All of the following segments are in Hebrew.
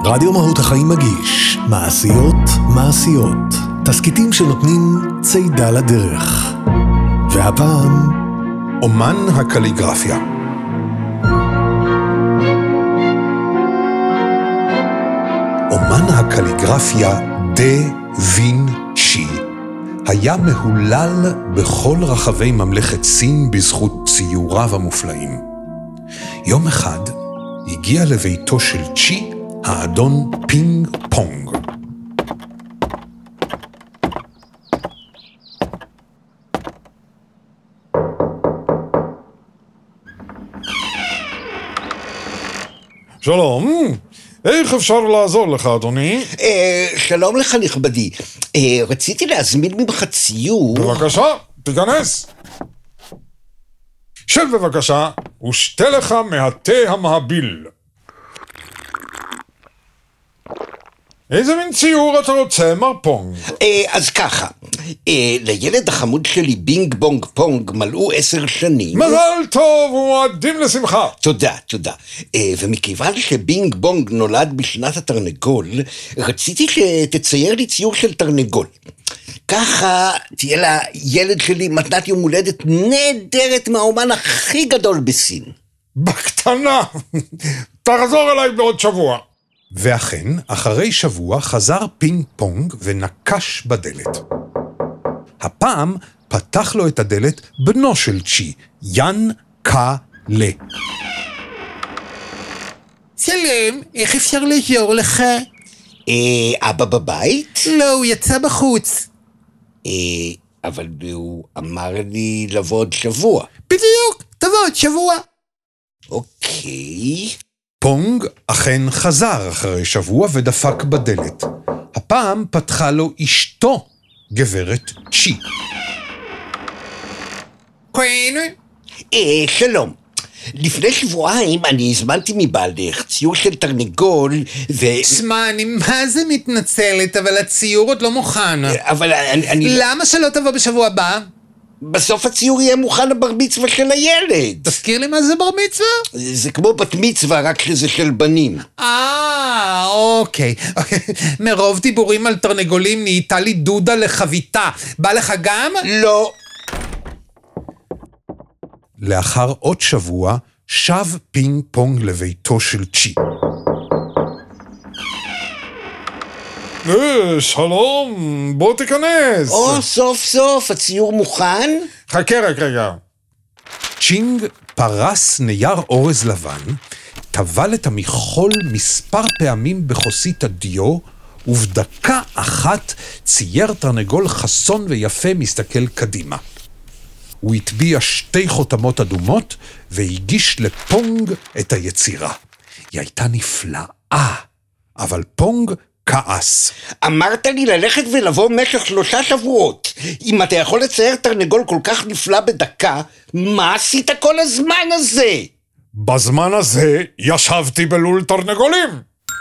רדיו מהות החיים מגיש מעשיות, תסקיטים שנותנים צידה לדרך. והפעם אומן הקליגרפיה. אומן הקליגרפיה דה וינצ'י היה מהולל בכל רחבי ממלכת סין בזכות ציוריו המופלאים. יום אחד הגיע לביתו של צ'י האדון פינג פונג. שלום, איך אפשר לעזור לך, אדוני? שלום לך נכבדי, רציתי להזמין ממך ציור. בבקשה, תיכנס. שב בבקשה, ושתה לך מהתה המהביל. איזה מין ציור אתה רוצה, מר פונג? אז ככה, לילד החמוד שלי בינג בונג פונג מלאו 10 שנים. מזל טוב ומועדים לשמחה. תודה. ומכיוון שבינג בונג נולד בשנת התרנגול, רציתי שתצייר לי ציור של תרנגול. ככה תהיה לילד שלי מתנת יום הולדת נהדרת מהאומן הכי גדול בסין. בקטנה. תחזור אליי בעוד שבוע. ואכן, אחרי שבוע חזר פינג פונג ונקש בדלת. הפעם פתח לו את הדלת בנו של צ'י, יאן קה לה. שלום, איך אפשר לעזור לך? אבא בבית? לא, הוא יצא בחוץ. אבל הוא אמר לי לבוא עוד שבוע. בדיוק, תבוא עוד שבוע. אוקיי. פונג אכן חזר אחרי שבוע ודפק בדלת. הפעם פתחה לו אשתו, גברת צ'י. כן? שלום. לפני שבועיים אני הזמנתי מבעלך ציור של תרנגול שמע, אני מה זה מתנצלת, אבל הציור עוד לא מוכן. אבל אני... למה שלא תבוא בשבוע הבא? בסוף הציור יהיה מוכן לבר מצווה של הילד. תזכיר לי מה זה בר מצווה? זה כמו בת מצווה, רק שזה של בנים. אוקיי. מרוב דיבורים על תרנגולים נהייתה לי דודה לחביתה. בא לך גם? לא. לאחר עוד שבוע שב פינג פונג לביתו של צ'י. שלום, בוא תיכנס. סוף סוף, הציור מוכן? חכה רק רגע. צ'ינג פרס נייר אורז לבן, טבל את המחול מספר פעמים בחוסית הדיו, ובדקה אחת צייר תרנגול חסון ויפה מסתכל קדימה. הוא הטביע 2 חותמות אדומות והגיש לפונג את היצירה. היא הייתה נפלאה, אבל פונג כעס. אמרת לי ללכת ולבוא במשך 3 שבועות. אם אתה יכול לצייר תרנגול כל כך נפלא בדקה, מה עשית כל הזמן הזה? בזמן הזה ישבתי בלול תרנגולים.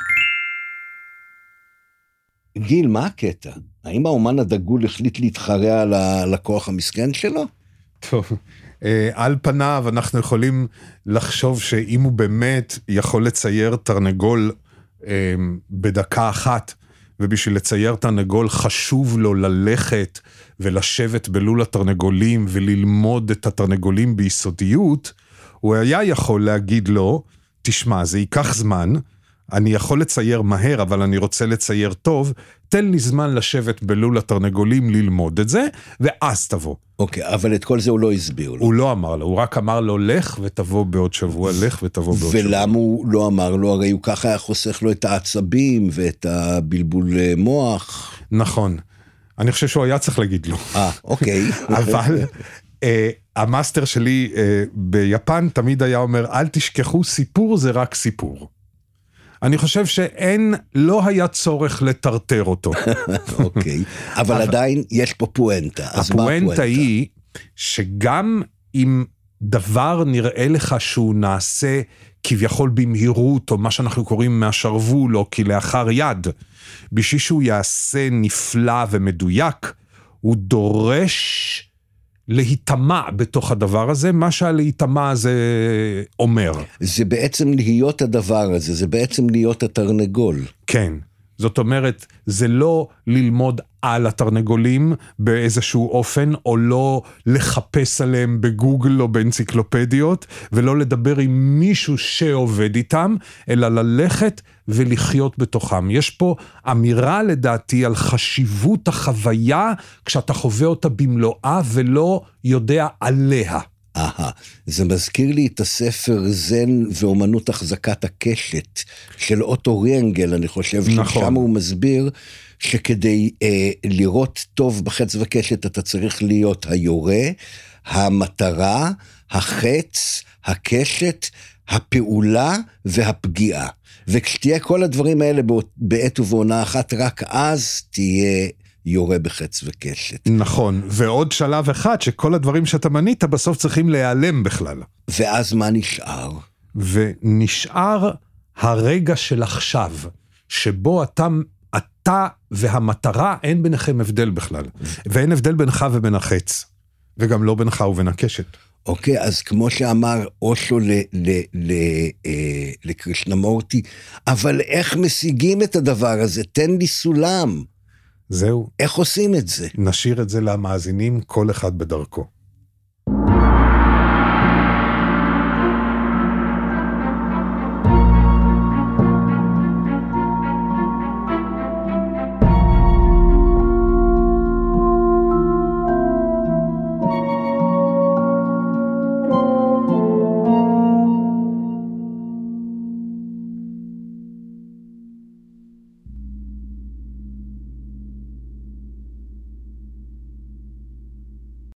גיל, מה הקטע? האם האומן הדגול החליט להתחרע על הלקוח המסכן שלו? טוב, על פניו אנחנו יכולים לחשוב שאם הוא באמת יכול לצייר תרנגול בדקה אחת, ובשביל לצייר תרנגול חשוב לו ללכת ולשבת בלול התרנגולים וללמוד את התרנגולים ביסודיות, הוא היה יכול להגיד לו, תשמע, זה ייקח זמן, אני יכול לצייר מהר, אבל אני רוצה לצייר טוב, תן לי זמן לשבת בלול התרנגולים ללמוד את זה, ואז תבוא. אוקיי, אבל את כל זה הוא לא הסביר לו. הוא לא אמר לו, הוא רק אמר לו, לך ותבוא בעוד שבוע, לך ותבוא בעוד שבוע. ולמה הוא לא אמר לו? הרי הוא ככה היה חוסך לו את העצבים ואת הבלבול מוח. נכון. אני חושב שהוא היה צריך להגיד לו. אוקיי. אבל המאסטר שלי ביפן תמיד היה אומר, אל תשכחו, סיפור זה רק סיפור. אני חושב לא היה צורך לטרטר אותו. אוקיי, אבל עדיין יש פה פואנטה. הפואנטה היא שגם אם דבר נראה לך שהוא נעשה כביכול במהירות, או מה שאנחנו קוראים מהשרוול, או כלאחר יד, בשביל שהוא יעשה נפלא ומדויק, הוא דורש להיטמע בתוך הדבר הזה, מה שהלהיטמע הזה אומר. זה בעצם להיות הדבר הזה, זה בעצם להיות התרנגול. כן. זאת אומרת, זה לא ללמוד על התרנגולים באיזשהו אופן, או לא לחפש עליהם בגוגל או באנציקלופדיות, ולא לדבר עם מישהו שעובד איתם, אלא ללכת ולחיות בתוכם. יש פה אמירה לדעתי על חשיבות החוויה, כשאתה חווה אותה במלואה ולא יודע עליה. זה מזכיר לי את הספר זן ואומנות החזקת הקשת של אוטו ריינגל, אני חושב ששם הוא מסביר שכדי לראות טוב בחץ וקשת אתה צריך להיות היורה, המטרה, החץ, הקשת, הפעולה והפגיעה. וכשתהיה כל הדברים האלה בעת ובעונה אחת, רק אז תהיה יורה בחץ וקשת. נכון, ועוד שלב אחד שכל הדברים שאתה מנית בסוף צריכים להיעלם בכלל. ואז מה נשאר? ונשאר הרגע של עכשיו, שבו אתה והמטרה אין ביניכם הבדל בכלל, ואין הבדל בינך ובין החץ, וגם לא בינך ובין הקשת. אוקיי, אז כמו שאמר אושו לקרישנמורטי, אבל איך משיגים את הדבר הזה? תן לי סולם. זהו. איך עושים את זה? נשאיר את זה למאזינים, כל אחד בדרכו.